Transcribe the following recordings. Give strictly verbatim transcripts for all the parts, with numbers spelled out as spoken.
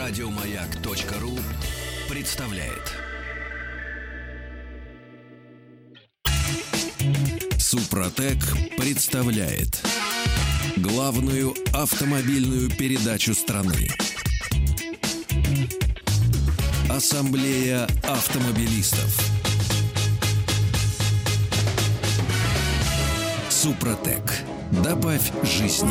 Радиомаяк.ру представляет. Супротек представляет главную автомобильную передачу страны. Ассамблея автомобилистов. Супротек. Добавь жизни.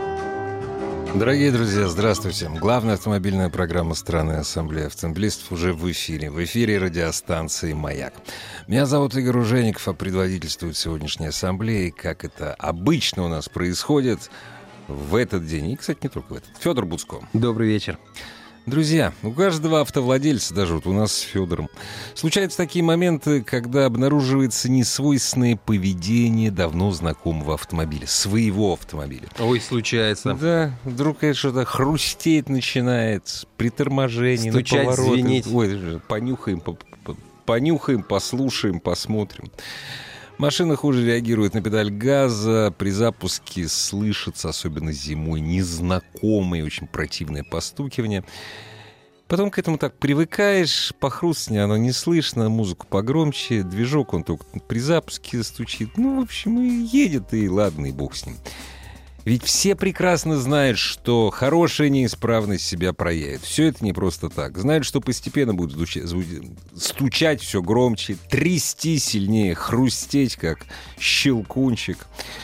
Дорогие друзья, здравствуйте. Главная автомобильная программа страны Ассамблея автомобилистов уже в эфире. В эфире радиостанции «Маяк». Меня зовут Игорь Ужеников, а предводительствует сегодняшней ассамблеи, как это обычно у нас происходит в этот день. И, кстати, не только в этот. Федор Буцко. Добрый вечер. Друзья, у каждого автовладельца, даже вот у нас с Федором, случаются такие моменты, когда обнаруживается несвойственное поведение давно знакомого автомобиля, своего автомобиля. Ой, случается. Да, вдруг это что-то хрустеть начинает, при торможении, стучать, на повороты. звенеть. Ой, понюхаем, по- по- понюхаем, послушаем, посмотрим. Машина хуже реагирует на педаль газа. При запуске слышится, особенно зимой, незнакомое, очень противное постукивание. Потом к этому так привыкаешь, похрустывание оно не слышно, музыку погромче, движок он только при запуске стучит. Ну, в общем, и едет, и ладно, и бог с ним. Ведь все прекрасно знают, что хорошая неисправность себя проявит. Все это не просто так. Знают, что постепенно будет стучать, стучать все громче, трясти сильнее, хрустеть, как щелкунчик.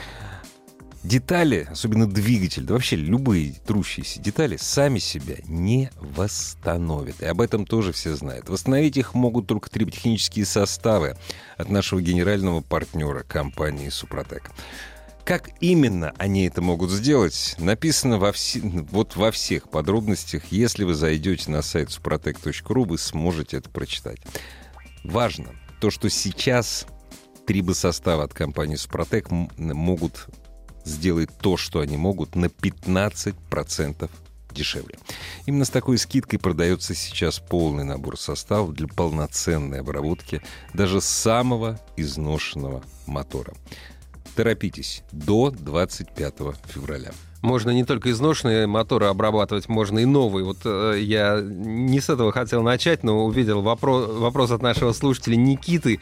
Детали, особенно двигатель, да вообще любые трущиеся детали, сами себя не восстановят. И об этом тоже все знают. Восстановить их могут только триботехнические составы от нашего генерального партнера компании «Супротек». Как именно они это могут сделать, написано во, все, вот во всех подробностях. Если вы зайдете на сайт супротек точка ру, вы сможете это прочитать. Важно то, что сейчас трибосоставы от компании «Супротек» м- могут сделать то, что они могут, на пятнадцать процентов дешевле. Именно с такой скидкой продается сейчас полный набор составов для полноценной обработки даже самого изношенного мотора. Торопитесь, до двадцать пятого февраля. Можно не только изношенные моторы обрабатывать, можно и новые. Вот э, я не с этого хотел начать, но увидел вопрос, вопрос от нашего слушателя Никиты.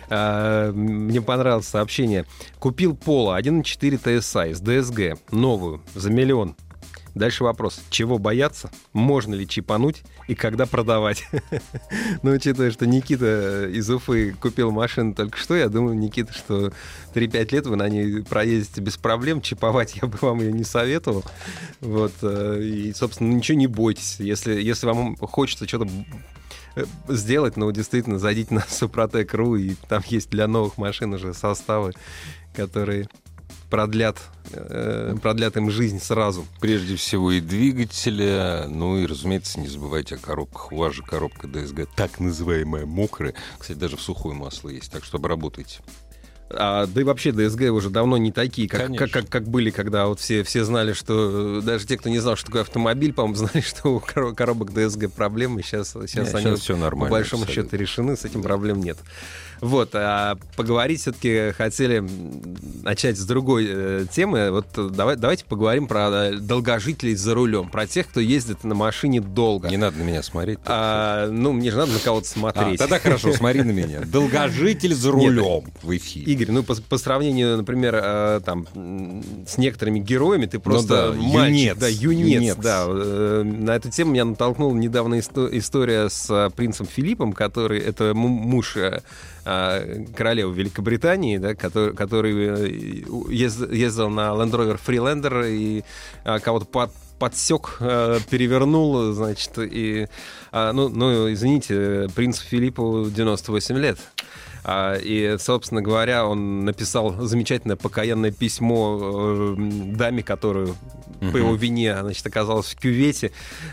Э, мне понравилось сообщение. Купил Polo один и четыре ти эс ай с ди эс джи, новую, за миллион. Дальше вопрос. Чего бояться? Можно ли чипануть? И когда продавать? Ну, учитывая, что Никита из Уфы купил машину только что, я думаю, Никита, что три-пять лет вы на ней проедете без проблем. Чиповать я бы вам ее не советовал. Вот. И, собственно, ничего не бойтесь. Если, если вам хочется что-то сделать, ну, действительно, зайдите на супротек точка ру, и там есть для новых машин уже составы, которые продлят, э, продлят им жизнь сразу. Прежде всего и двигателя, ну и, разумеется, не забывайте о коробках. У вас же коробка ди эс джи, так называемая мокрая. Кстати, даже в сухое масло есть, так что обработайте. А, да и вообще ди эс джи уже давно не такие, как, как, как, как были, когда вот все, все знали, что... Даже те, кто не знал, что такое автомобиль, по-моему, знали, что у коробок ди эс джи проблемы. Сейчас, сейчас Нет, они сейчас все нормально, по большому абсолютно. счету решены, с этим проблем нет. Вот, а поговорить все-таки хотели начать с другой э, темы. Вот давай, давайте поговорим про долгожителей за рулем, про тех, кто ездит на машине долго. Не надо на меня смотреть. А, ну, мне же надо на кого-то смотреть. А, тогда хорошо, смотри на меня. Долгожитель за рулем в эфире. Игорь, ну, по, по сравнению, например, э, там, с некоторыми героями, ты просто ну, да, мальчик, юнец, да, юнец, юнец. да. Э, на эту тему меня натолкнула недавно исто- история с э, принцем Филиппом, который, это м- муж э, королевы Великобритании, да, который, который езд, ездил на Land Rover Freelander и э, кого-то под подсек, э, перевернул, значит, и, э, ну, ну, извините, принцу Филиппу девяносто восемь лет. И, собственно говоря, он написал замечательное покаянное письмо даме, которую uh-huh. по его вине, значит, оказалась в кювете.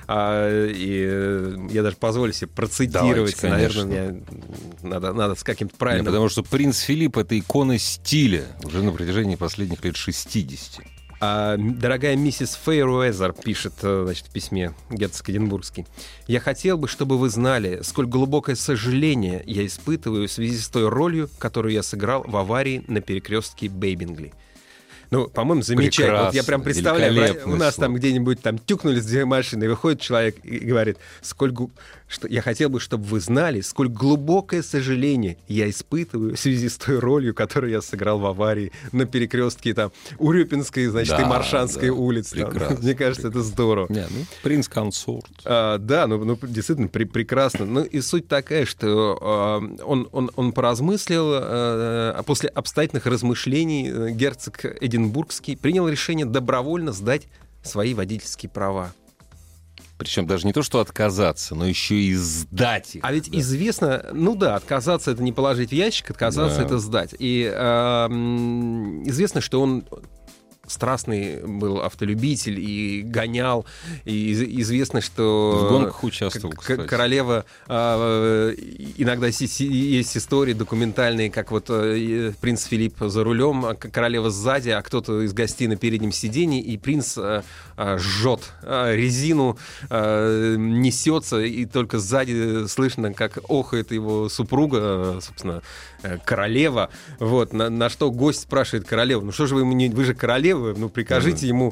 И я даже позволю себе процитировать. Давайте, наверное, мне надо, надо с каким-то правильным... Нет, потому что принц Филипп — это икона стиля уже на протяжении последних лет шестидесяти. А, дорогая миссис Фейруэзер, пишет, значит, в письме герцог Эдинбургский, я хотел бы, чтобы вы знали, сколь глубокое сожаление я испытываю в связи с той ролью, которую я сыграл в аварии на перекрестке Бейбингли. Ну, по-моему, замечательно. Вот я прям представляю, у нас слово. Там где-нибудь там тюкнулись две машины, и выходит человек и говорит, сколько, что я хотел бы, чтобы вы знали, сколь глубокое сожаление я испытываю в связи с той ролью, которую я сыграл в аварии на перекрестке там Урюпинской, значит, да, и Маршанской да, улицы. Мне кажется, прекрасно. Это здорово. Не, ну, принц-консорт. А, да, ну, ну действительно при, прекрасно. Ну и суть такая, что а, он, он, он поразмыслил, а, после обстоятельных размышлений герцог Эдинбургский принял решение добровольно сдать свои водительские права. Причем даже не то, что отказаться, но еще и сдать их. А ведь да. известно, ну да, отказаться — это не положить в ящик, отказаться — да. это сдать. И э, известно, что он страстный был автолюбитель и гонял. И известно, что в гонках участвовал, к- королева... Э, иногда есть истории документальные, как вот э, принц Филипп за рулем, а королева сзади, а кто-то из гостей на переднем сидении, и принц э, э, жжет э, резину, э, несется, и только сзади слышно, как охает его супруга, э, собственно, э, королева. Вот, на, на что гость спрашивает королеву: ну что же вы ему не... Вы же королева, ну прикажите ему.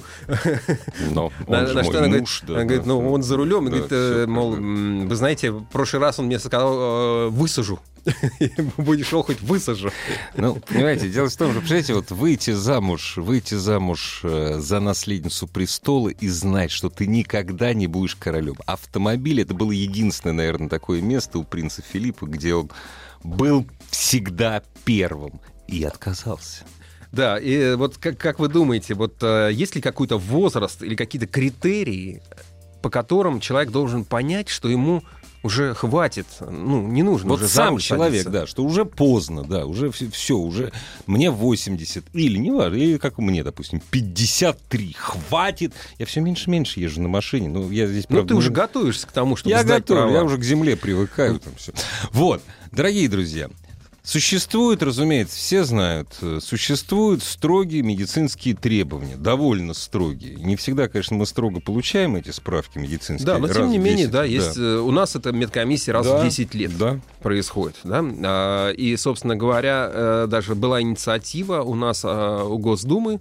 Но он же мой муж. Она говорит, ну он за рулем, и говорит, мол, вы знаете, в прошлый раз он мне сказал, высажу. Будешь охоть, высажу. Ну, понимаете, дело в том, что, представляете, вот выйти замуж, выйти замуж э, за наследницу престола и знать, что ты никогда не будешь королем. Автомобиль — это было единственное, наверное, такое место у принца Филиппа, где он был всегда первым и отказался. Да, и вот как, как вы думаете, вот э, есть ли какой-то возраст или какие-то критерии, по которым человек должен понять, что ему уже хватит, ну, не нужно вот уже сам замуж человек, садиться. Да, что уже поздно, да, уже все, все, уже мне восемьдесят, или не важно, или как мне, допустим, пятьдесят три, хватит. Я все меньше и меньше езжу на машине. Ну, я здесь, ну правда, ты не... уже готовишься к тому, чтобы я сдать готов, права. Я уже к земле привыкаю. Там все. Вот, дорогие друзья, существуют, разумеется, все знают, существуют строгие медицинские требования, довольно строгие. Не всегда, конечно, мы строго получаем эти справки медицинские. Да, но тем не менее, да, есть, да. У нас это медкомиссия раз да, в десять лет да. происходит. Да? И, собственно говоря, даже была инициатива у нас, у Госдумы,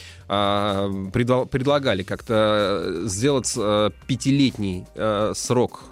предлагали как-то сделать пятилетний срок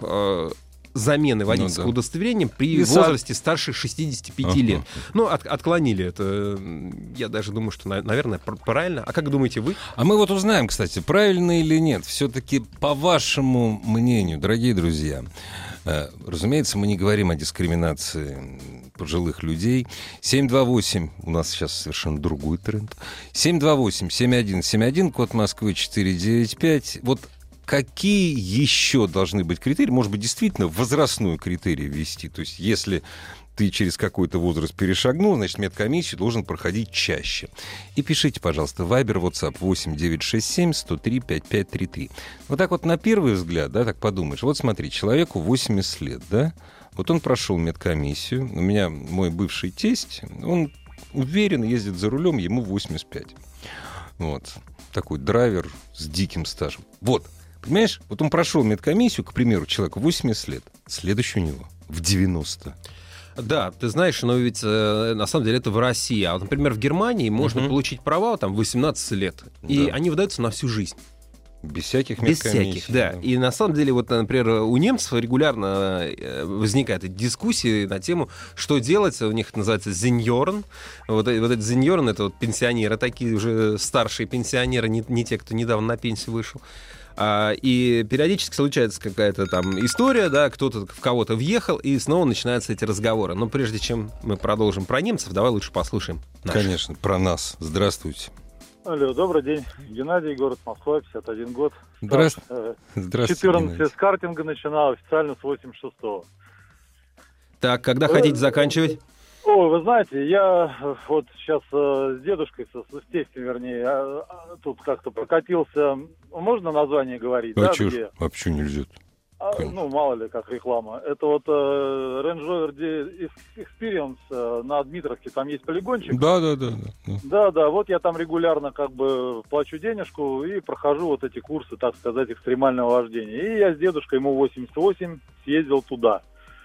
замены водительского ну, да. удостоверения при и возрасте сам... старше шестидесяти пяти uh-huh. лет. Ну, от, отклонили это. Я даже думаю, что, наверное, правильно. А как думаете вы? А мы вот узнаем, кстати, правильно или нет. Все-таки, по вашему мнению, дорогие друзья, э, разумеется, мы не говорим о дискриминации пожилых людей. семь два восемь, у нас сейчас совершенно другой тренд. семь два восемь семь один семь один, код Москвы четыре девять пять. Вот какие еще должны быть критерии? Может быть, действительно возрастной критерий ввести? То есть, если ты через какой-то возраст перешагнул, значит, медкомиссию должен проходить чаще. И пишите, пожалуйста, Вайбер, WhatsApp восемь девятьсот шестьдесят семь сто три пятьдесят пять тридцать три. Вот так вот на первый взгляд, да, так подумаешь. Вот смотри, человеку восемьдесят лет, да? Вот он прошел медкомиссию. У меня мой бывший тесть, он уверенно ездит за рулем, ему восемьдесят пять. Вот. Такой драйвер с диким стажем. Вот. Понимаешь, вот он прошел медкомиссию, к примеру, человеку восемьдесят лет, следующий у него в девяносто. Да, ты знаешь, но ведь э, на самом деле это в России. А вот, например, в Германии можно uh-huh. получить права там в восемнадцать лет. И да. они выдаются на всю жизнь. Без всяких Без медкомиссий. всяких, да. да. И на самом деле, вот, например, у немцев регулярно возникают дискуссии на тему, что делать. У них это называется зеньорн. Вот, вот этот зеньорн — это вот пенсионеры, такие уже старшие пенсионеры, не, не те, кто недавно на пенсию вышел. А, и периодически случается какая-то там история, да, кто-то в кого-то въехал, и снова начинаются эти разговоры. Но прежде чем мы продолжим про немцев, давай лучше послушаем наших. Конечно, про нас. Здравствуйте. Алло, добрый день. Геннадий, город Москва, пятьдесят один год. Здравствуйте. Здравствуйте, четырнадцать лет с картинга начинал, официально с восемьдесят шестого. Так, когда хотите заканчивать? Ой, вы знаете, я вот сейчас э, с дедушкой, со, с тестем, вернее, а, а, тут как-то прокатился. Можно название говорить? А да, что где? ж, вообще нельзя. А, ну, мало ли, как реклама. Это вот э, Range Rover Experience э, на Дмитровке, там есть полигончик. Да, да, да, да. Да, да, вот я там регулярно как бы плачу денежку и прохожу вот эти курсы, так сказать, экстремального вождения. И я с дедушкой, ему восемьдесят восемь, съездил туда.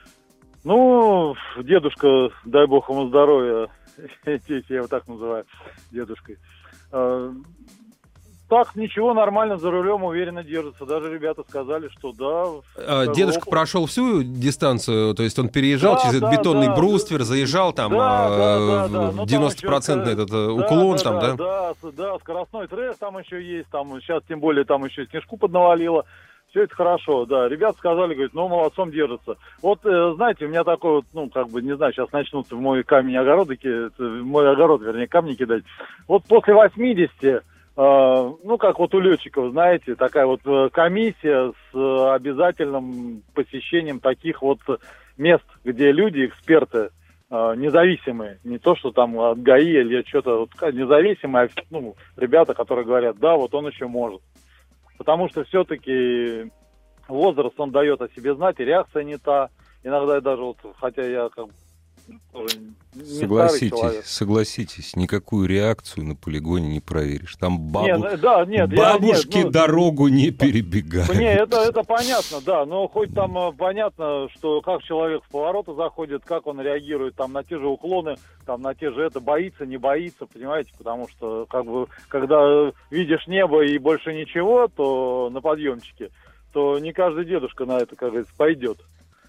Ну, дедушка, дай бог ему здоровья, я его так называю, дедушкой. Так, ничего, нормально, за рулем уверенно держится. Даже ребята сказали, что да. А, дедушка опыт. Прошел всю дистанцию, то есть он переезжал да, через да, этот бетонный да, бруствер, заезжал там да, да, да, да. девяносто процентов ну, этот да, уклон да, там, да? Да, да, да, скоростной тресс там еще есть, там сейчас тем более там еще снежку поднавалило. Все это хорошо, да. Ребята сказали, говорят, ну, молодцом держатся. Вот, э, знаете, у меня такой вот, ну, как бы, не знаю, сейчас начнутся в мой камень огороды, в мой огород, вернее, камни кидать. Вот после восьмидесяти... Ну, как вот у летчиков, знаете, такая вот комиссия с обязательным посещением таких вот мест, где люди, эксперты, независимые, не то, что там от ГАИ или что-то, вот независимые, ну, ребята, которые говорят, да, вот он еще может. Потому что все-таки возраст, он дает о себе знать, и реакция не та. Иногда даже вот, хотя я как бы тоже не согласитесь, согласитесь, никакую реакцию на полигоне не проверишь. Там бабу... нет, да, нет, бабушки я, нет, ну, дорогу не перебегают. Нет, это, это понятно, да, но хоть там понятно, что как человек в повороты заходит, как он реагирует там на те же уклоны, там на те же это, боится, не боится, понимаете, потому что как бы когда видишь небо и больше ничего, то на подъемчике, то не каждый дедушка на это, как говорится, пойдет.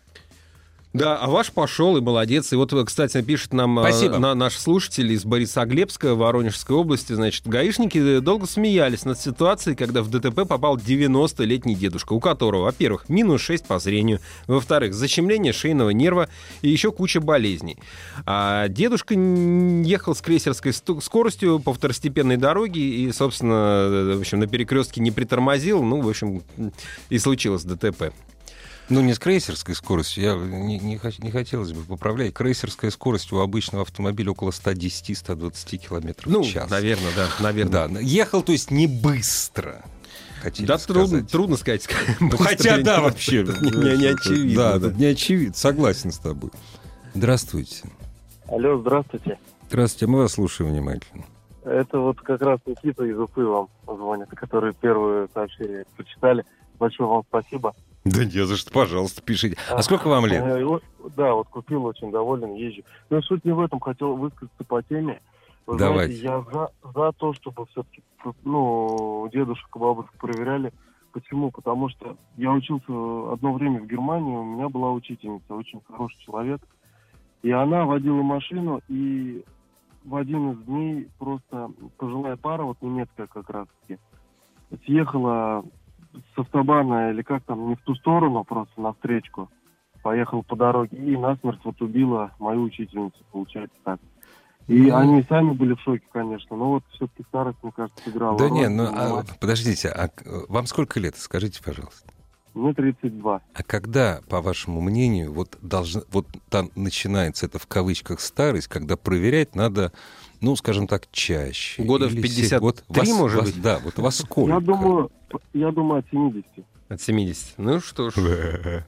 Да, а ваш пошел и молодец. И вот, кстати, пишет нам на, наш слушатель из Борисоглебска, Воронежской области, значит, гаишники долго смеялись над ситуацией, когда в ДТП попал девяностолетний дедушка, у которого, во-первых, минус шесть по зрению, во-вторых, защемление шейного нерва и еще куча болезней. А дедушка ехал с крейсерской скоростью по второстепенной дороге и, собственно, в общем, на перекрестке не притормозил, ну, в общем, и случилось ДТП. Ну, не с крейсерской скоростью, я не, не, не хотелось бы поправлять. Крейсерская скорость у обычного автомобиля около сто десять - сто двадцать километров ну, в час. Ну, наверное, да, наверное. Да, ехал, то есть не быстро. Да, трудно, трудно сказать. Ну, хотя, да, вообще. Не, не очевидно. Да, да, не очевидно. Согласен с тобой. Здравствуйте. Алло, здравствуйте. Здравствуйте, мы вас слушаем внимательно. Это вот как раз Никита из Уфы вам звонит, которые первые сообщения прочитали. Большое вам спасибо. Да не за что, пожалуйста, пишите. А, а сколько вам лет? Да, вот купил, очень доволен, езжу. Но суть не в этом, хотел высказаться по теме. Вы Давайте. Знаете, я за, за то, чтобы все-таки, ну, дедушек и бабушек проверяли. Почему? Потому что я учился одно время в Германии, у меня была учительница, очень хороший человек. И она водила машину, и в один из дней просто пожилая пара, вот немецкая как раз-таки, съехала с автобана или как там, не в ту сторону, просто навстречку. Поехал по дороге и насмерть вот убила мою учительницу, получается так. И mm. они сами были в шоке, конечно, но вот все-таки старость, мне кажется, сыграла. Да нет, ну а, подождите, а вам сколько лет, скажите, пожалуйста? Мне тридцать два. А когда, по вашему мнению, вот, должна, вот там начинается это в кавычках старость, когда проверять надо, ну, скажем так, чаще? Года в пятьдесят три, вот, может быть? Да, вот во сколько? Я думаю, я думаю, от семидесяти. От семидесяти. Ну что ж.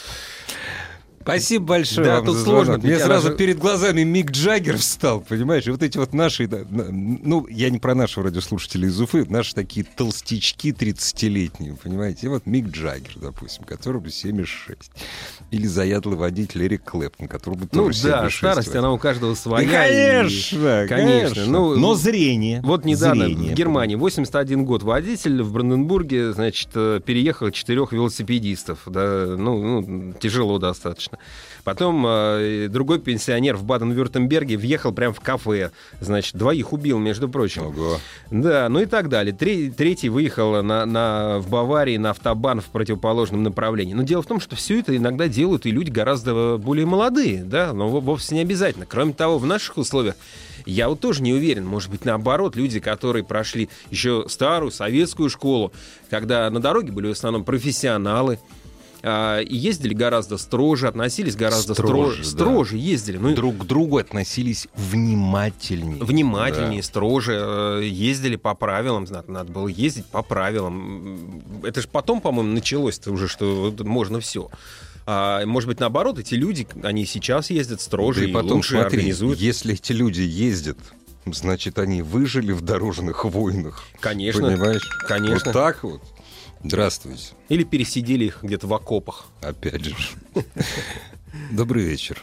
Спасибо большое. Да, вам тут за сложно. Мне сразу же... перед глазами Мик Джаггер встал, понимаешь? И вот эти вот наши, ну, я не про нашего радиослушателя из Уфы, наши такие толстячки тридцатилетние, понимаете? И вот Мик Джаггер, допустим, которому семьдесят шесть. Или заядлый водитель Эрик Клэптон, которому ну, тоже семьдесят шесть. Ну да, старость, она у каждого своя. Да, конечно, и... конечно. конечно. Ну, но зрение. Вот недавно зрение. В Германии восемьдесят один год водитель, в Бранденбурге, значит, переехал четырех велосипедистов. Да, ну, ну, тяжело достаточно. Потом э, другой пенсионер в Баден-Вюртемберге въехал прямо в кафе. Значит, двоих убил, между прочим. Ого. Да, ну и так далее. Тре- третий выехал на, на, в Баварии на автобан в противоположном направлении. Но дело в том, что все это иногда делают и люди гораздо более молодые, да, но вовсе не обязательно. Кроме того, в наших условиях я вот тоже не уверен. Может быть, наоборот, люди, которые прошли еще старую советскую школу, когда на дороге были в основном профессионалы, и ездили гораздо строже, относились гораздо строже, строже, строже да. ездили. Ну, друг к другу относились внимательнее. Внимательнее, да. строже, ездили по правилам, надо, надо было ездить по правилам. Это же потом, по-моему, началось-то уже, что можно все. А, может быть, наоборот, эти люди, они сейчас ездят строже да и, и потом, лучше смотри, организуют. Если эти люди ездят, значит, они выжили в дорожных войнах. Конечно. Понимаешь? Конечно. Вот так вот. Здравствуйте. Или пересидели их где-то в окопах. Опять же. Добрый вечер.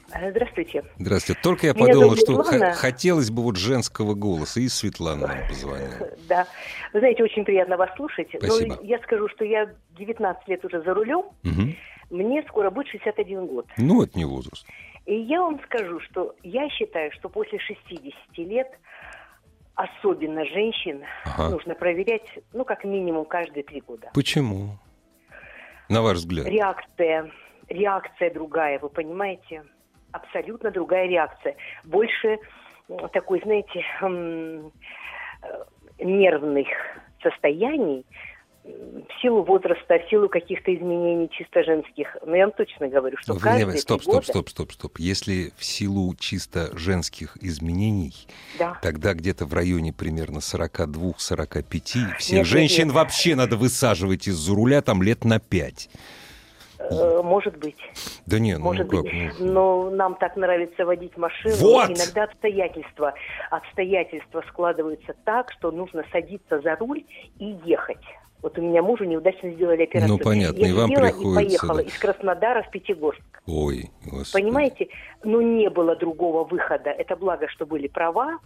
Здравствуйте. Здравствуйте. Только я Меня подумал, зовут что Светлана. х- хотелось бы вот женского голоса. И Светлана нам позвонила. Да. Вы знаете, очень приятно вас слушать. Спасибо. Но я скажу, что я девятнадцать лет уже за рулем. Мгм. Мне скоро будет шестьдесят один год. Ну, это не возраст. И я вам скажу, что я считаю, что после шестидесяти лет, особенно женщин, Ага. нужно проверять, ну, как минимум, каждые три года. Почему? На ваш взгляд. Реакция, реакция другая, вы понимаете? Абсолютно другая реакция. Больше м, такой, знаете, м, э, нервных состояний м, в силу возраста, в силу каких-то изменений чисто женских. Но я вам точно говорю, что Вы- каждые стоп, три стоп, года... стоп, стоп, стоп. Если в силу чисто женских изменений, Да. тогда где-то в районе примерно сорок два - сорок пять всех Нет, женщин нет, нет. вообще надо высаживать из-за руля там лет на пять. Э, Может быть. Да не, ну Может как? быть, ну, но нам так нравится водить машину. Вот! Иногда обстоятельства, обстоятельства складываются так, что нужно садиться за руль и ехать. Вот у меня мужу неудачно сделали операцию. Ну, понятно, Я и вам села приходится, и поехала да. из Краснодара в Пятигорск. Ой, господи. Понимаете? Ну, не было другого выхода. Это благо, что были права.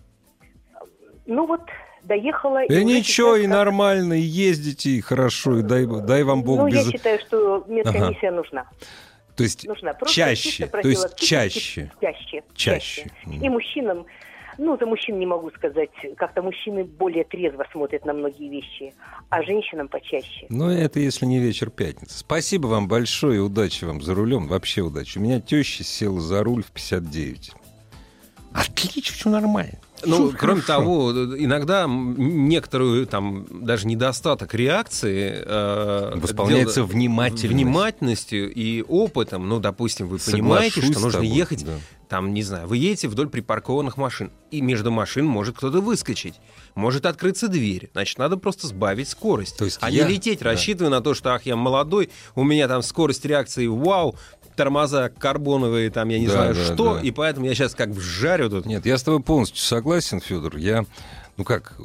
Ну вот, доехала... Да уже ничего, сейчас и как- нормально, и ездите, и хорошо, и дай, дай вам Бог Ну, без... я считаю, что медкомиссия нужна. То есть Нужна. Просто чаще, чисто то есть профилактически чаще. Чаще. Чаще. И мужчинам, ну, за мужчин не могу сказать, как-то мужчины более трезво смотрят на многие вещи, а женщинам почаще. Ну, это если не вечер пятницы. Спасибо вам большое, и удачи вам за рулем, вообще удачи. У меня теща села за руль в пятьдесят девять. Отлично, все нормально. Ну, Всё кроме хорошо. того, некогда м, некоторую там даже недостаток реакции э, Восполняется дел- внимательность. внимательностью и опытом. Ну, допустим, вы понимаете, Соглашусь что с нужно тобой, ехать, да. там, не знаю, вы едете вдоль припаркованных машин, и между машин может кто-то выскочить, может открыться дверь. Значит, надо просто сбавить скорость. То есть а я- не лететь, да. рассчитывая на то, что, ах, я молодой, у меня там скорость реакции, вау, тормоза карбоновые, там, я не Да, знаю да, что, да. и поэтому я сейчас как вжарю тут. Нет, я с тобой полностью согласен, Федор. Я, ну как,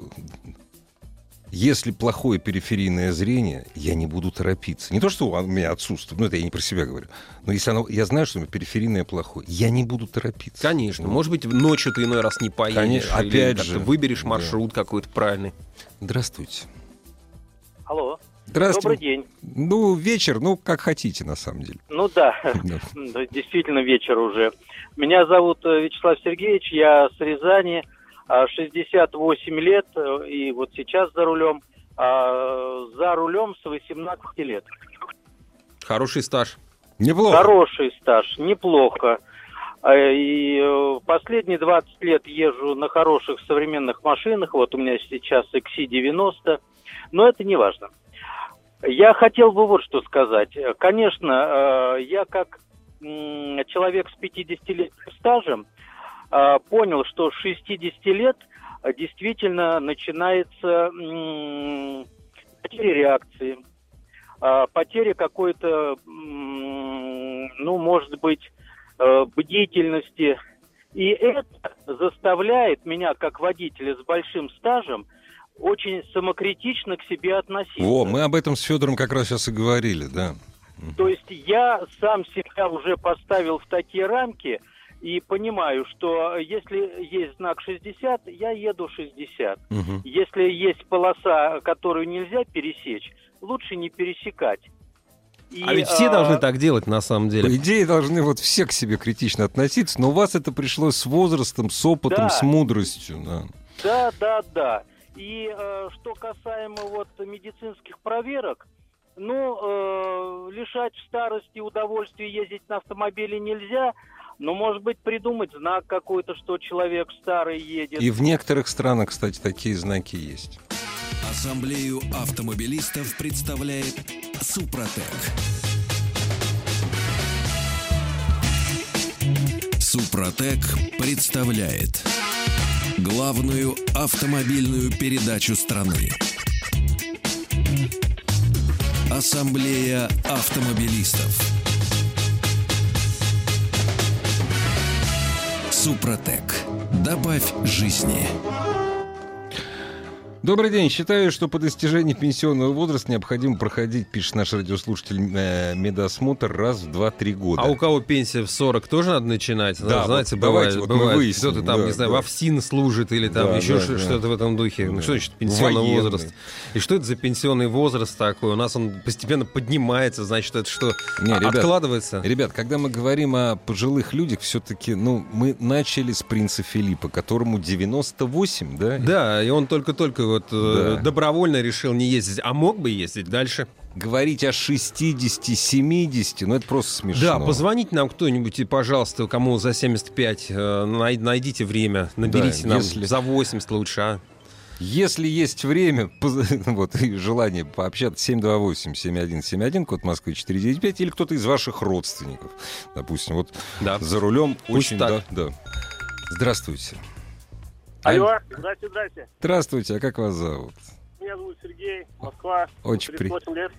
если плохое периферийное зрение, я не буду торопиться. Не то, что у меня отсутствует, ну это я не про себя говорю, но если оно, я знаю, что у меня периферийное плохое, я не буду торопиться. Конечно. Ну, Может быть, ночью ты иной раз не поедешь. Конечно, или опять как-то же, выберешь да. маршрут какой-то правильный. Здравствуйте. Алло. Здравствуйте. Добрый день. Ну, вечер, ну, как хотите, на самом деле. Ну да, Да. Да, действительно вечер уже. Меня зовут э, Вячеслав Сергеевич, я с Рязани, а, шестьдесят восемь лет, э, и вот сейчас за рулем, а, за рулем с восемнадцати лет. Хороший стаж. Неплохо. Хороший стаж, неплохо. А, И э, последние двадцать лет езжу на хороших современных машинах, вот у меня сейчас икс си девяносто, но это не важно. Я хотел бы вот что сказать. Конечно, э, я как м, человек с пятидесятилетним стажем э, понял, что с шестидесяти лет э, действительно начинается м, потеря реакции, э, потеря какой-то, м, ну, может быть, э, бдительности. И это заставляет меня, как водителя с большим стажем, очень самокритично к себе относиться. Во, мы об этом с Федором как раз сейчас и говорили, да. То есть я сам себя уже поставил в такие рамки и понимаю, что если есть знак шестьдесят, я еду шестьдесят. Мгм. Если есть полоса, которую нельзя пересечь, лучше не пересекать. И, А ведь все а, должны так делать, на самом По деле. идее, должны вот все к себе критично относиться, но у вас это пришло с возрастом, с опытом, Да. с мудростью. Да. Да, да, да. И э, что касаемо вот медицинских проверок, ну, э, лишать в старости удовольствия ездить на автомобиле нельзя, но, может быть, придумать знак какой-то, что человек старый едет. И в некоторых странах, кстати, такие знаки есть. Ассамблею автомобилистов представляет Супротек. Супротек представляет главную автомобильную передачу страны. Ассамблея автомобилистов. Супротек. Добавь жизни. Добрый день. Считаю, что по достижении пенсионного возраста необходимо проходить, пишет наш радиослушатель, э, медосмотр раз в два-три года. А у кого пенсия в сорок, тоже надо начинать? Да, знаете, вот бывает, давайте вот бывает. мы выясним, Кто-то там, да, не знаю, да. во ФСИН служит или там Да, еще да, что- да. что-то в этом духе. Да. Ну, что значит пенсионный Военный. возраст? И что это за пенсионный возраст такой? У нас он постепенно поднимается, значит, это что, Не, а- ребят, откладывается? Ребят, когда мы говорим о пожилых людях, все-таки, ну, мы начали с принца Филиппа, которому девяносто восемь, да? Да, и он только-только вот э, Да. добровольно решил не ездить, а мог бы ездить дальше. Говорить о шестидесяти, семидесяти, ну, это просто смешно. Да, позвоните нам кто-нибудь, и, пожалуйста, кому за семьдесят пять, э, най- найдите время, наберите Да, нам если- за восемьдесят лучше, а? Если есть время поз- вот, и желание пообщаться, семь два восемь семь один семь один, код Москвы четыре девять пять, или кто-то из ваших родственников, допустим, вот Да. за рулем Пусть очень... так. Да, да. Здравствуйте. Алло, здрасте, здрасте. Здравствуйте, а как вас зовут? Меня зовут Сергей, Москва, Очень при- тридцать восемь лет.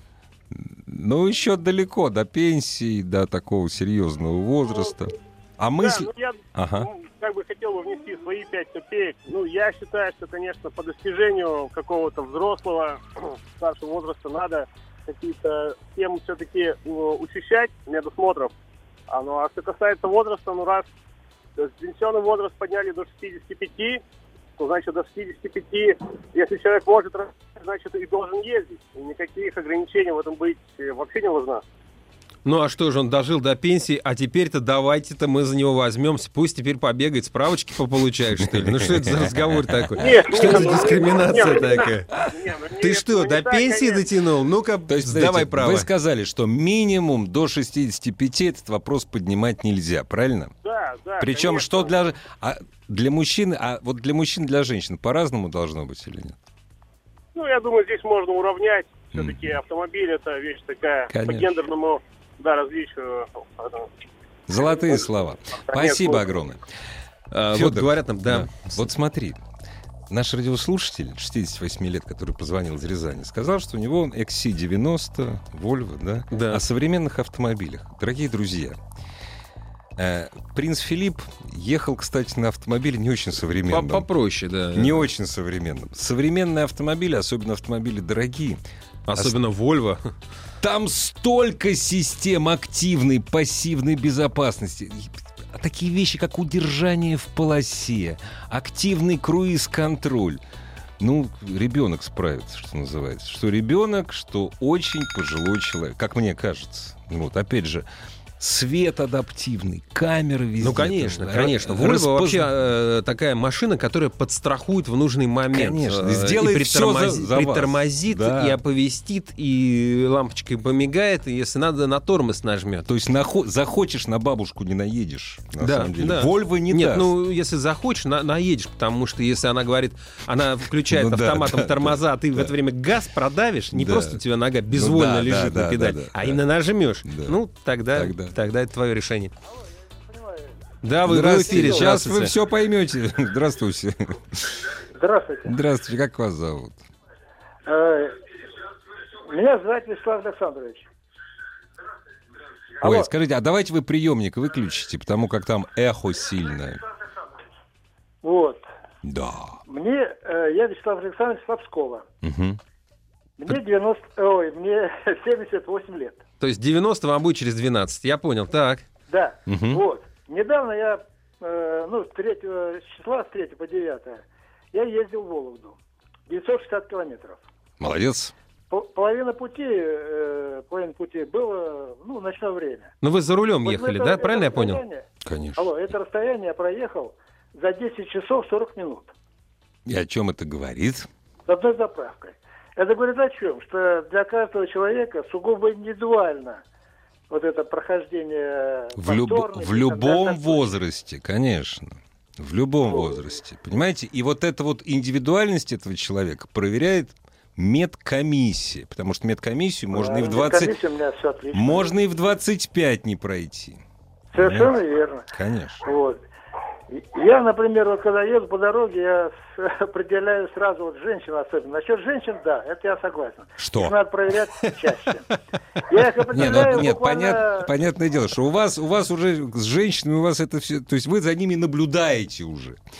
Ну, еще далеко до пенсии, до такого серьезного возраста. А мысль... Да, ну я Ага. ну, как бы хотел бы внести свои пять копеек. Ну, я считаю, что, конечно, по достижению какого-то взрослого, старшего возраста надо какие-то темы все-таки учащать медосмотров. А, ну, а что касается возраста, ну, раз пенсионный возраст подняли до шестидесяти пяти, то, значит, до шестидесяти пяти, если человек может, значит, и должен ездить. И никаких ограничений в этом быть вообще не должно. Ну а что же, он дожил до пенсии, а теперь-то давайте-то мы за него возьмемся. Пусть теперь побегает, справочки пополучает, что ли. Ну что это за разговор такой? Нет, Что нет, за ну, дискриминация нет, такая? Не, ну, Ты нет, что, ну, не до так, пенсии конечно. дотянул? Ну-ка, То есть, давай смотрите, право. вы сказали, что минимум до шестидесяти пяти этот вопрос поднимать нельзя, правильно? Да, да. Причем конечно. что для... А для мужчин, а вот для мужчин, для женщин по-разному должно быть или нет? Ну, я думаю, здесь можно уравнять. Все-таки автомобиль — это вещь такая Конечно. по гендерному, да, различию. Золотые слова. Спасибо Нет, огромное. А, вот Фёдор, говорят нам, да. Вот смотри, наш радиослушатель, шестидесяти восьми лет, который позвонил из Рязани, сказал, что у него икс си девяносто, Volvo, да? Да. О современных автомобилях. Дорогие друзья, э, принц Филипп ехал, кстати, на автомобиле не очень По- современном. Попроще, да. Не очень современным. Современные автомобили, особенно автомобили дорогие, Особенно Volvo. там столько систем активной, пассивной безопасности. И такие вещи, как удержание в полосе, активный круиз-контроль. Ну, ребенок справится, что называется. Что ребенок, что очень пожилой человек, как мне кажется. Вот, опять же, свет адаптивный, камеры везде. Ну, конечно, там, конечно. ра- Volvo распоз- вообще э, такая машина, которая подстрахует в нужный момент. Конечно, Э, сделает и всё за- притормози- за вас. притормозит, Да. и оповестит, и лампочкой помигает, и если надо, на тормоз нажмет. То есть нахо- захочешь, на бабушку не наедешь, на Да, самом деле. да. Вольво не Нет, даст. ну, если захочешь, на- наедешь, потому что если она говорит, она включает Ну да, автоматом да, тормоза, а ты в да. это время газ продавишь, не Да. просто у тебя нога безвольно Ну да, лежит да, на да, педаль, да, да, а да. именно нажмешь. Да. Ну, тогда, Тогда. тогда это твое решение. Да, вы в Здравствуйте. эфире. Сейчас вы Здравствуйте. все поймете. Здравствуйте. Здравствуйте. Здравствуйте, как вас зовут? Э, Меня зовут Вячеслав Александрович. Ой, Алло. скажите, а давайте вы приемник выключите, потому как там эхо сильное. Вот. Да. Мне, э, я Вячеслав Александрович Слабского. Мгм. Мне девяносто, ой, мне семьдесят восемь лет. То есть девяносто вам будет через двенадцать. Я понял. Так. Да. Мгм. Вот. Недавно я, э, ну, с третьего числа, с третьего по девятое, я ездил в Вологду. девятьсот шестьдесят километров. Молодец. Пол- Половина пути, э, половина пути было, ну, ночное время. Ну вы за рулем Вот ехали, это- да? это Правильно я понял? расстояние- Конечно. Алло, это расстояние я проехал за десять часов сорок минут. И о чем это говорит? С одной заправкой. Это говорит о чем? Что для каждого человека сугубо индивидуально вот это прохождение В, люб- повторных в и любом так далее. возрасте, конечно. В любом возрасте. Понимаете? И вот эта вот индивидуальность этого человека проверяет медкомиссия. Потому что медкомиссию можно и в А, двадцать... медкомиссия у меня все отлично. Можно и в двадцать пять не пройти. Совершенно верно. Конечно. Вот. И- Я, например, вот когда еду по дороге, я с- определяю сразу вот женщин особенно. Насчет женщин, да, это я согласен. Что? Их надо проверять чаще. Я их Не, определяю ну, нет, буквально- понят- понятное дело, что у вас, у вас уже с женщинами, у вас это все, то есть вы за ними наблюдаете уже.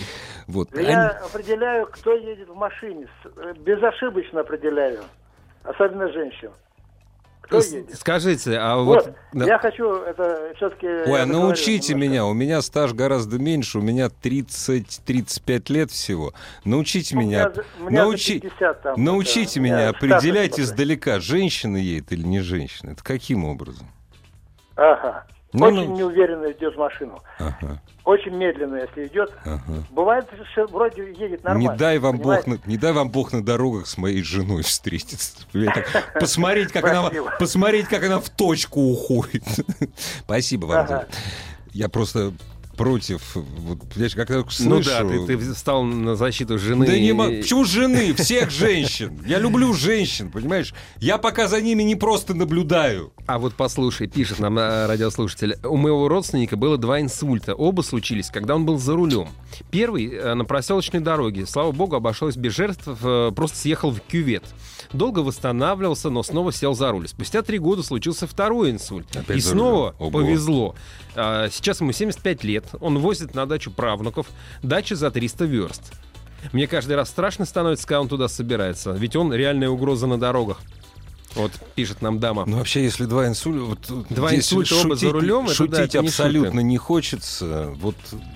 Вот. Я Они... определяю, кто едет в машине. Безошибочно определяю. Особенно женщин. Кто едет? Скажите, а вот... вот... Я хочу это все-таки... Ой, научите меня. У меня стаж гораздо меньше. У меня тридцать-тридцать пять лет всего. Научите у меня... меня, у меня Научи... пятьдесят там, Научите это... меня определять статус, издалека, женщина едет или не женщина. Это каким образом? Ага. Ну, Очень ну... неуверенно идет в машину. Ага. Очень медленно, если идет. Ага. Бывает, что вроде едет нормально. Не дай вам понимаете? Бог, на, не дай вам Бог на дорогах с моей женой встретиться. Посмотреть, как она, посмотреть, как она в точку уходит. Спасибо вам. Ага. Я просто против. Вот, понимаешь, как я слышу... Ну да, ты, ты встал на защиту жены. Да не и... могу. Почему жены? Всех женщин. Я люблю женщин, понимаешь? Я пока за ними не просто наблюдаю. А вот послушай, пишет нам радиослушатель. У моего родственника было два инсульта. Оба случились, когда он был за рулем. Первый на проселочной дороге. Слава богу, обошлось без жертв. Просто съехал в кювет. Долго восстанавливался, но снова сел за руль. Спустя три года случился второй инсульт. Опять и снова Ого. повезло. Сейчас ему семьдесят пять лет. Он возит на дачу правнуков. Дача за триста верст. Мне каждый раз страшно становится, когда он туда собирается. Ведь он реальная угроза на дорогах. Вот пишет нам дама. Ну вообще, если два инсульта... Вот, два инсульта оба за рулем, шутить это, да, это не абсолютно шутка. не хочется. Вот...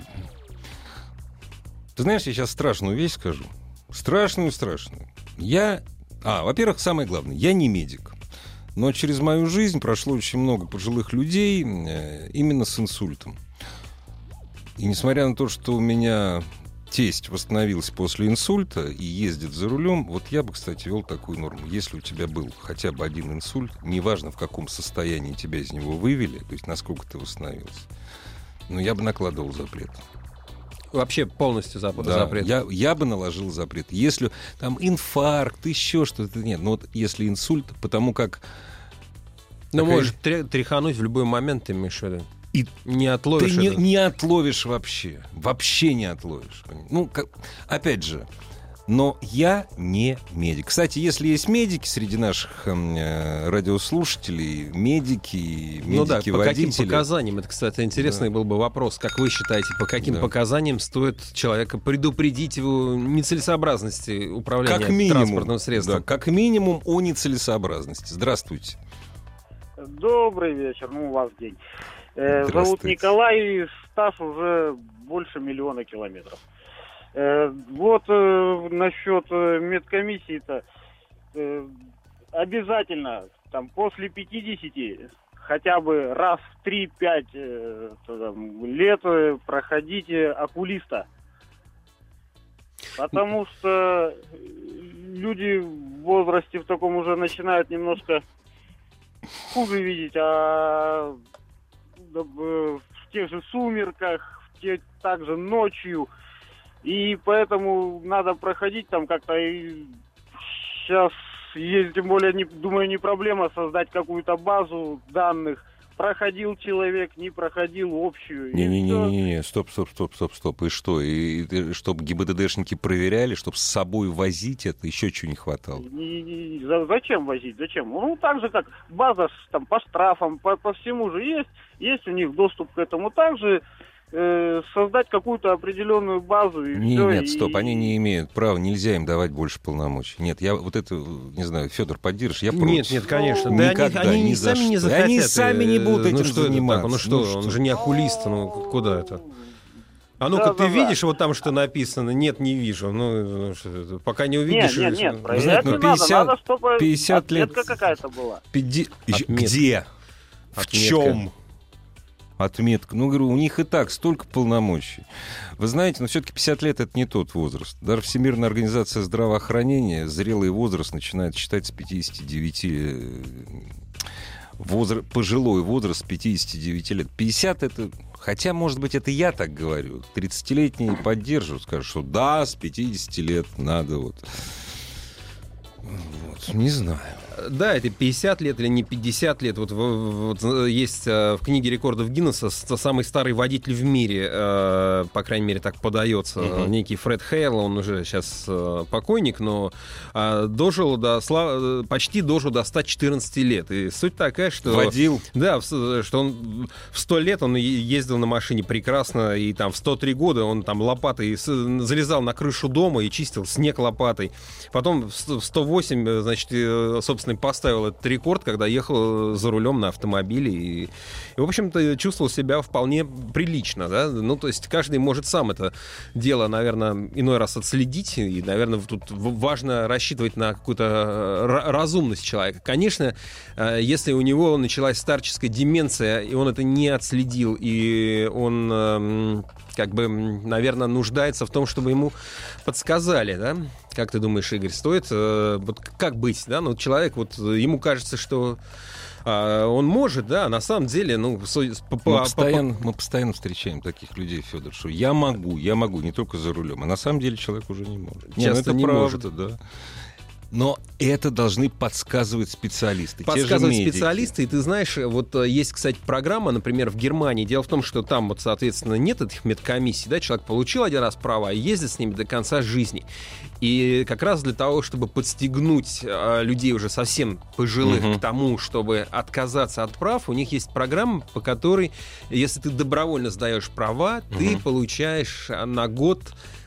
Ты знаешь, я сейчас страшную вещь скажу. Страшную-страшную. Я... А, во-первых, самое главное, я не медик. Но через мою жизнь прошло очень много пожилых людей э, именно с инсультом. И несмотря на то, что у меня тесть восстановился после инсульта и ездит за рулем, вот я бы, кстати, вел такую норму. Если у тебя был хотя бы один инсульт, неважно, в каком состоянии тебя из него вывели, то есть насколько ты восстановился, но я бы накладывал запрет. Вообще полностью запад, да, запрет. Я, я бы наложил запрет. Если там инфаркт, еще что-то, нет. Но вот если инсульт, потому как... Ну, такая... можешь тряхануть в любой момент, ты имеешь в виду. И не отловишь. Ты не, это. не отловишь вообще. Вообще не отловишь. Ну, как... опять же, но я не медик. Кстати, если есть медики среди наших э, радиослушателей, медики, медики, ну да, водители... по каким показаниям? Это, кстати, интересный да. был бы вопрос. Как вы считаете, по каким да. показаниям стоит человека предупредить его нецелесообразности управления как минимум, транспортным средством? Да, как минимум о нецелесообразности. Здравствуйте. Добрый вечер, ну у вас день. Э, зовут Николай, стаж уже больше миллиона километров. Э, вот э, насчет э, медкомиссии-то э, обязательно там после пятидесяти хотя бы раз в три-пять э, лет э, проходите окулиста. Потому что люди в возрасте в таком уже начинают немножко хуже видеть, а в тех же сумерках, в те, также ночью. И поэтому надо проходить там как-то. И сейчас есть, тем более, не, думаю, не проблема создать какую-то базу данных. Проходил человек, не проходил общую. Не-не-не, стоп, стоп, стоп, стоп, стоп. И что? И, и, чтобы ГИБДДшники проверяли, чтобы с собой возить это, еще чего не хватало? И, и, за, зачем возить? Зачем? Ну, так же, как база там, по штрафам, по, по всему же есть. Есть у них доступ к этому. Также э, создать какую-то определенную базу. И не, все, нет, и... стоп, они не имеют права, нельзя им давать больше полномочий. Нет, я вот это, не знаю, Федор, поддержишь, я против. Нет, нет, конечно. Ну, да никогда, они, они ни сами что. не захотят. Они сами не будут этим ну, что заниматься. Ну что, ну, он что? же не окулист, ну куда это? А ну-ка, да, ты да, видишь, да. вот там что написано? Нет, не вижу. Ну, что, пока не увидишь... Нет, нет, нет, Вы знаете, ну, пятьдесят, надо, надо, чтобы пятьдесят лет... отметка какая-то была. пятьдесят... Отметка. Где? В Отметка. чем? Отметка. Ну, говорю, у них и так столько полномочий. Вы знаете, но все-таки пятьдесят лет — это не тот возраст. Даже Всемирная организация здравоохранения зрелый возраст начинает считать с пятидесяти девяти... Возраст, пожилой возраст с пятидесяти девяти лет. пятьдесят — это... Хотя, может быть, это я так говорю. тридцатилетние поддерживают, скажут, что да, с пятидесяти лет надо вот... Вот, не знаю. Да, это пятьдесят лет или не пятьдесят лет. Вот, вот есть в книге рекордов Гиннесса самый старый водитель в мире, по крайней мере, так подается. Uh-huh. Некий Фред Хейл, он уже сейчас покойник, но дожил до, почти дожил до ста четырнадцати лет. И суть такая, что... Водил. Да, что он в сто лет он ездил на машине прекрасно, и там в сто три года он там лопатой залезал на крышу дома и чистил снег лопатой. Потом в сто восемь, значит, собственно, поставил этот рекорд, когда ехал за рулем на автомобиле и, и в общем-то, чувствовал себя вполне прилично, да, ну, то есть каждый может сам это дело, наверное, иной раз отследить, и, наверное, тут важно рассчитывать на какую-то разумность человека. Конечно, если у него началась старческая деменция, и он это не отследил, и он, как бы, наверное, нуждается в том, чтобы ему подсказали, да? Как ты думаешь, Игорь, стоит, вот как быть, да? Ну, человек, вот, ему кажется, что а, он может, да, а на самом деле, ну... По, мы, постоянно, по... мы постоянно встречаем таких людей, Федор, что я могу, я могу, не только за рулем, а на самом деле человек уже не может. Часто Нет, это не правда, может, да. Но это должны подсказывать специалисты. Подсказывать специалисты. И ты знаешь, вот есть, кстати, программа, например, в Германии. Дело в том, что там, вот, соответственно, нет этих медкомиссий. Да? Человек получил один раз права и ездит с ними до конца жизни. И как раз для того, чтобы подстегнуть а, людей уже совсем пожилых uh-huh. к тому, чтобы отказаться от прав, у них есть программа, по которой, если ты добровольно сдаешь права, uh-huh. ты получаешь на год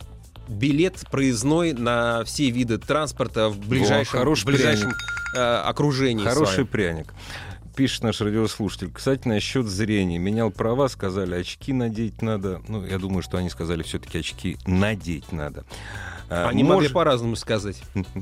билет проездной на все виды транспорта в ближайшем, О, в ближайшем э, окружении. Хороший своем. Пряник. Пишет наш радиослушатель. Кстати, насчет зрения. Менял права, сказали, очки надеть надо. Ну, я думаю, что они сказали, все-таки очки надеть надо. Они Может... могли по-разному сказать.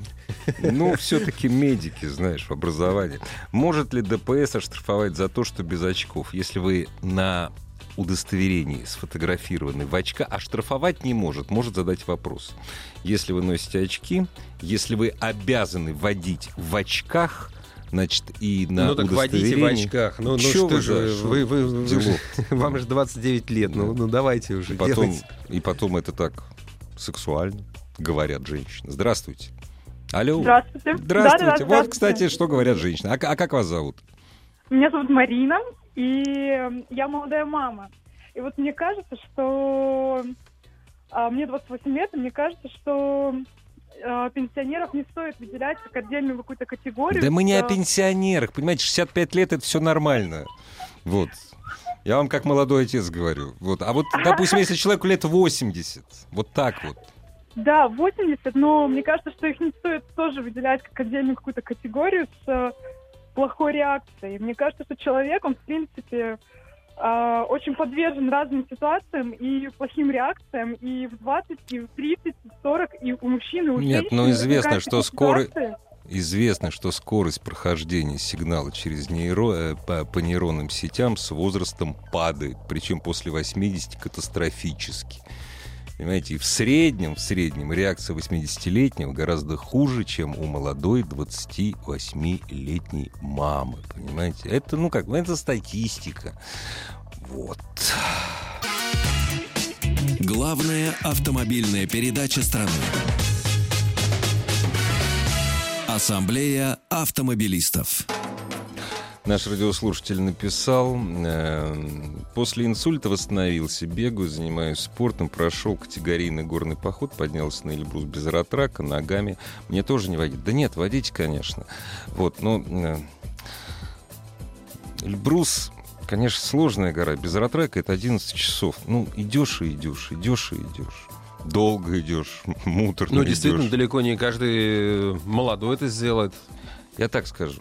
Ну, все-таки медики, знаешь, в образовании. Может ли ДПС оштрафовать за то, что без очков? Если вы на удостоверении сфотографированы в очках, а штрафовать не может, может задать вопрос. Если вы носите очки, если вы обязаны водить в очках, значит, и на ну, так удостоверении... водите в очках. Ну, ну что вы же, вы, вы, вы, вы, вам же двадцать девять лет, ну, ну давайте уже, и потом, делайте. И потом это так сексуально, говорят женщины. Здравствуйте. Алло. Здравствуйте. Здравствуйте. Да, да, вот, здравствуйте. Кстати, что говорят женщины. А, а как вас зовут? Меня зовут Марина, и я молодая мама. И вот мне кажется, что... А, мне двадцать восемь лет, и мне кажется, что а, пенсионеров не стоит выделять как отдельную какую-то категорию. Да мы не что... о пенсионерах. Понимаете, шестьдесят пять лет — это все нормально. Вот. Я вам как молодой отец говорю. Вот. А вот, допустим, если человеку лет восемьдесят, вот так вот. Да, восемьдесят, но мне кажется, что их не стоит тоже выделять как отдельную какую-то категорию с плохой реакцией. Мне кажется, что человек, он, в принципе, э, очень подвержен разным ситуациям и плохим реакциям и в двадцать, и в тридцать, и в сорок, и у мужчин, и у женщин. Нет, но известно, что скоро... Известно, что скорость прохождения сигнала через нейро... по, по нейронным сетям с возрастом падает, причем после восьмидесяти катастрофически. Понимаете, и в среднем, в среднем реакция восьмидесятилетнего гораздо хуже, чем у молодой двадцативосьмилетней мамы. Понимаете? Это, ну как, это статистика. Вот. Главная автомобильная передача страны. Ассамблея автомобилистов. Наш радиослушатель написал: после инсульта восстановился, бегаю, занимаюсь спортом, прошел категорийный горный поход, поднялся на Эльбрус без ратрака, ногами. Мне тоже не водить? Да нет, водите, конечно. Вот, но Эльбрус, конечно, сложная гора. Без ратрака это одиннадцать часов. Ну, идешь и идешь, идешь и идешь. Долго идешь, муторно Ну, идешь. действительно, далеко не каждый молодой это сделает. Я так скажу.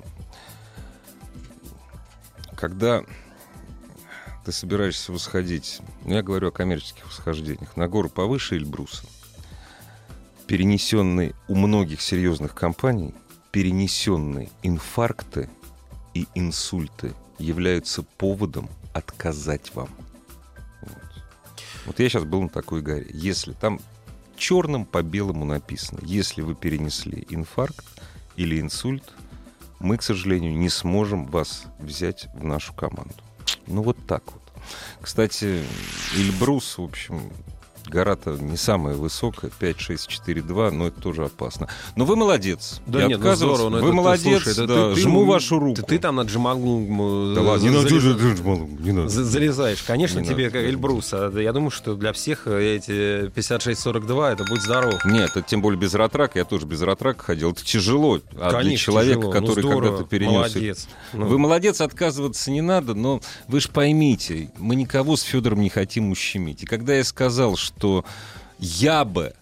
Когда ты собираешься восходить, ну, я говорю о коммерческих восхождениях, на гору повыше Эльбруса, перенесенные у многих серьезных компаний, перенесенные инфаркты и инсульты являются поводом отказать вам. Вот. Вот я сейчас был на такой горе. Если там черным по белому написано, если вы перенесли инфаркт или инсульт, мы, к сожалению, не сможем вас взять в нашу команду. Ну, вот так вот. Кстати, Эльбрус, в общем, гора-то не самая высокая, пять, шесть, четыре, два, но это тоже опасно. Но вы молодец. Да Я нет, ну здорово. Вы это, молодец, слушай, да, ты, жму ты, вашу руку. Ты, ты там на Джамалу Да ладно, не надо, залез... не надо. залезаешь. Конечно, не тебе надо, как Эльбрус. А я думаю, что для всех эти пятьдесят шесть сорок два, это будь здоров. Нет, это тем более без ратрака. Я тоже без ратрака ходил. Это тяжело. А Конечно, для человека, тяжело. который ну, здорово, когда-то перенес... молодец. Ну. Вы молодец, отказываться не надо, но вы же поймите, мы никого с Федором не хотим ущемить. И когда я сказал, что я бы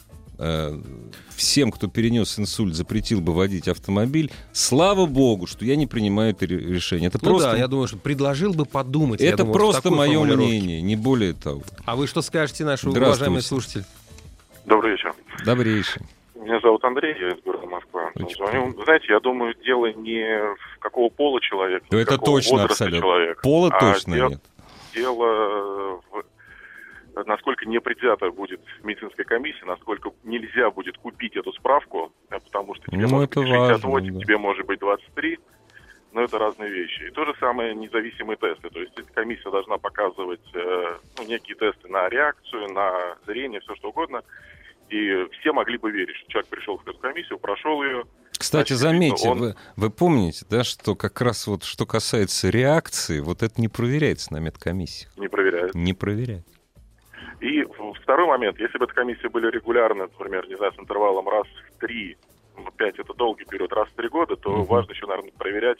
э, всем, кто перенес инсульт, запретил бы водить автомобиль, слава богу, что я не принимаю это решение. Это ну просто... да, я думаю, что предложил бы подумать. Это думаю, просто мое мнение, не более того. А вы что скажете, наш уважаемый слушатель? Добрый вечер. Добрейший. Меня зовут Андрей, я из города Москва. Звоню. Знаете, я думаю, дело не в какого пола человека, ну, это какого точно, возраста абсолютно. человека. Пола а точно дел, нет. Дело в насколько непредвзята будет медицинская комиссия, насколько нельзя будет купить эту справку, потому что тебе ну, может быть шестьдесят восемь, важно, да. тебе может быть двадцать три, но это разные вещи. И то же самое независимые тесты. То есть эта комиссия должна показывать э, ну, некие тесты на реакцию, на зрение, все что угодно. И все могли бы верить, что человек пришел в эту комиссию, прошел ее. Кстати, значит, заметьте, он... вы, вы помните, да, что как раз вот что касается реакции, вот это не проверяется на медкомиссиях. Не проверяется. Не проверяется. И второй момент, если бы эти комиссии были регулярны, например, не знаю, с интервалом раз в три, пять это долгий период, раз в три года, то uh-huh. важно еще, наверное, проверять,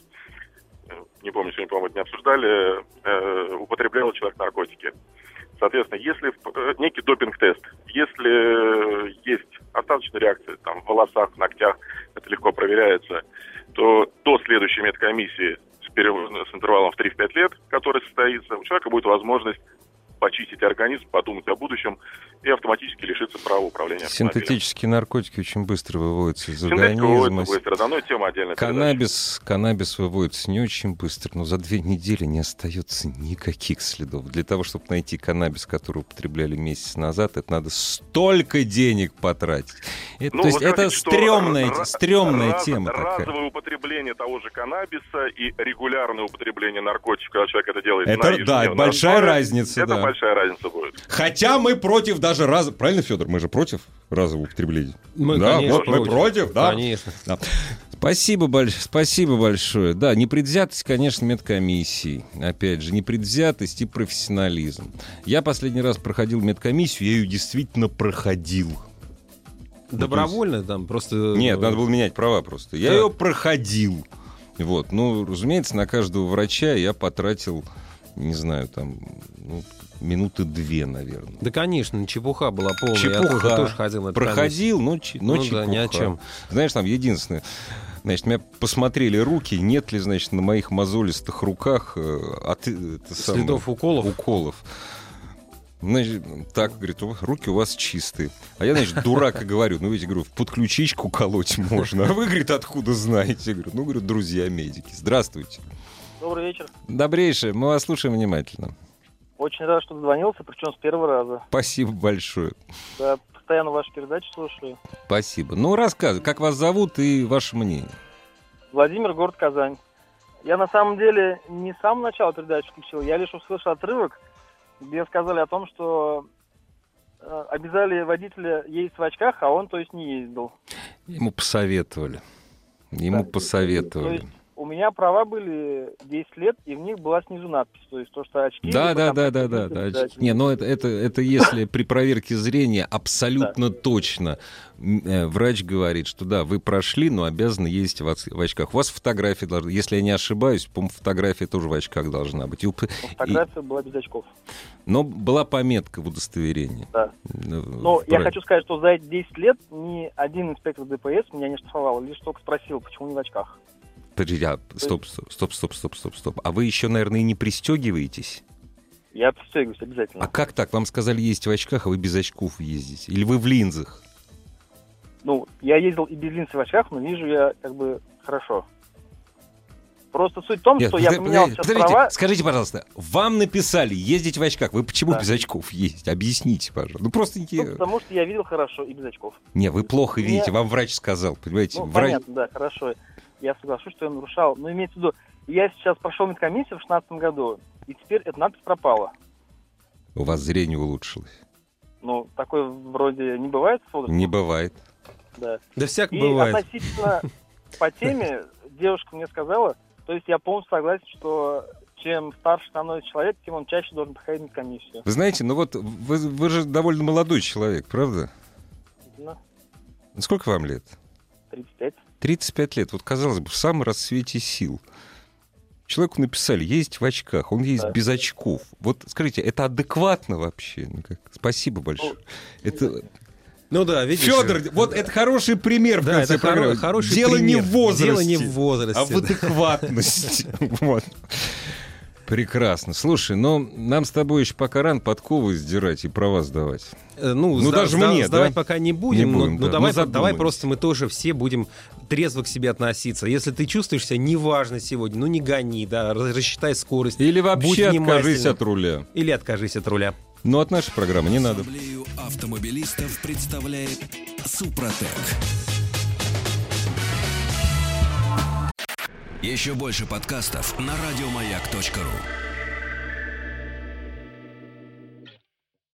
не помню, сегодня, по-моему, не обсуждали, э, употреблял человек наркотики. Соответственно, если некий допинг-тест, если есть остаточная реакция там, в волосах, в ногтях, это легко проверяется, то до следующей медкомиссии с, перев... с интервалом в три-пять лет, который состоится, у человека будет возможность почистить организм, подумать о будущем и автоматически лишиться права управления автомобилем. Синтетические наркотики очень быстро выводятся из Синтетика организма. выводится быстро, да, но тема отдельная. Каннабис, каннабис выводится не очень быстро, но за две недели не остается никаких следов. Для того, чтобы найти каннабис, который употребляли месяц назад, это надо столько денег потратить. Это, ну, то есть это что стрёмная, раз, стрёмная раз, тема разовое такая. употребление того же каннабиса и регулярное употребление наркотиков, когда человек это делает это, на да, это большая основе, разница. Это да. большая разница будет. Хотя мы против даже раз... Правильно, Федор? Мы же против разового употребления. Мы, да, конечно, вот мы против, да. Конечно. Да. Спасибо, больш... Спасибо большое. Да, непредвзятость, конечно, медкомиссии. Опять же, непредвзятость и профессионализм. Я последний раз проходил медкомиссию, я ее действительно проходил. Добровольно ну, есть... там просто... Нет, надо было менять права просто. Я да. ее проходил. Вот. Ну, разумеется, на каждого врача я потратил, не знаю, там... Ну, минуты две, наверное. Да, конечно, чепуха была полная. Чепуха. Я тоже ходил на Проходил, но, но ну, чепуха. Да, ни о чем. Знаешь, там единственное... Значит, меня посмотрели руки, нет ли, значит, на моих мозолистых руках э, от, это следов самое, уколов. уколов. Значит, так, говорит, руки у вас чистые. А я, значит, дурак и говорю, ну, видите, говорю, под ключичку колоть можно. А вы, говорит, откуда знаете? Я говорю, ну, говорю, друзья-медики. Здравствуйте. Добрый вечер. Добрейшее, мы вас слушаем внимательно. Очень рад, что дозвонился, причем с первого раза. Спасибо большое. Да, постоянно ваши передачи слушаю. Спасибо. Ну, рассказывай, как вас зовут и ваше мнение? Владимир, город Казань. Я на самом деле не с самого начала передачи включил, я лишь услышал отрывок, где сказали о том, что э, обязали водителя ездить в очках, а он, то есть, не ездил. Ему посоветовали. Ему да, посоветовали. То есть, у меня права были десять лет, и в них была снизу надпись, то есть то, что очки... Да, да, да, да, да, да. Не, ну это, это, это если при проверке зрения абсолютно точно врач говорит, что да, вы прошли, но обязаны ездить в очках. У вас фотография должна... Если я не ошибаюсь, по-моему, фотография тоже в очках должна быть. И... Фотография была без очков. Но была пометка в удостоверении. Да. Но я хочу сказать, что за эти десять лет ни один инспектор ДПС меня не штрафовал, лишь только спросил, почему не в очках. Стоп, стоп, стоп, стоп, стоп, стоп, стоп. А вы еще, наверное, и не пристегиваетесь? Я пристегиваюсь обязательно. А как так? Вам сказали ездить в очках, а вы без очков ездите? Или вы в линзах? Ну, я ездил и без линз и в очках, но вижу я как бы хорошо. Просто суть в том, Нет, что я поменял сейчас права... Скажите, пожалуйста, вам написали ездить в очках, вы почему да. без очков ездите? Объясните, пожалуйста. Ну, просто... Ну, потому что я видел хорошо и без очков. Не, вы плохо Мне... видите, вам врач сказал, понимаете? Ну, врач... понятно, да, хорошо. Я соглашусь, что я нарушал. Но имеется в виду, я сейчас прошел медкомиссию в шестнадцатом году, и теперь эта надпись пропала. У вас зрение улучшилось? Ну, такое вроде не бывает с возрастом? Не бывает. Да. Да всяко И бывает. относительно по теме, девушка мне сказала, то есть я полностью согласен, что чем старше становится человек, тем он чаще должен приходить на комиссию. Вы знаете, ну вот вы, вы же довольно молодой человек, правда? Да. Сколько вам лет? тридцать пять. тридцать пять лет. Вот, казалось бы, в самом расцвете сил. Человеку написали, есть в очках, он есть да. без очков. Вот скажите, это адекватно вообще? Ну, как? Спасибо большое. Ну, это... Ну да, видишь. Федор, вот это хороший пример в да, конце это программы. Хороший Дело пример. не в возрасте, Дело не в возрасте, а в адекватности. Вот. Прекрасно. Слушай, но нам с тобой еще пока рано подковы сдирать и права сдавать. Ну, ну сда- даже сда- мне, сдавать да? пока не будем, не будем но, да. но давай, ну, давай просто мы тоже все будем трезво к себе относиться. Если ты чувствуешь себя неважно сегодня, ну не гони, да, рассчитай скорость. Или вообще откажись от руля. Или откажись от руля. Но от нашей программы не надо. Ассамблею автомобилистов представляет Супротек. Еще больше подкастов на радиомаяк точка ру.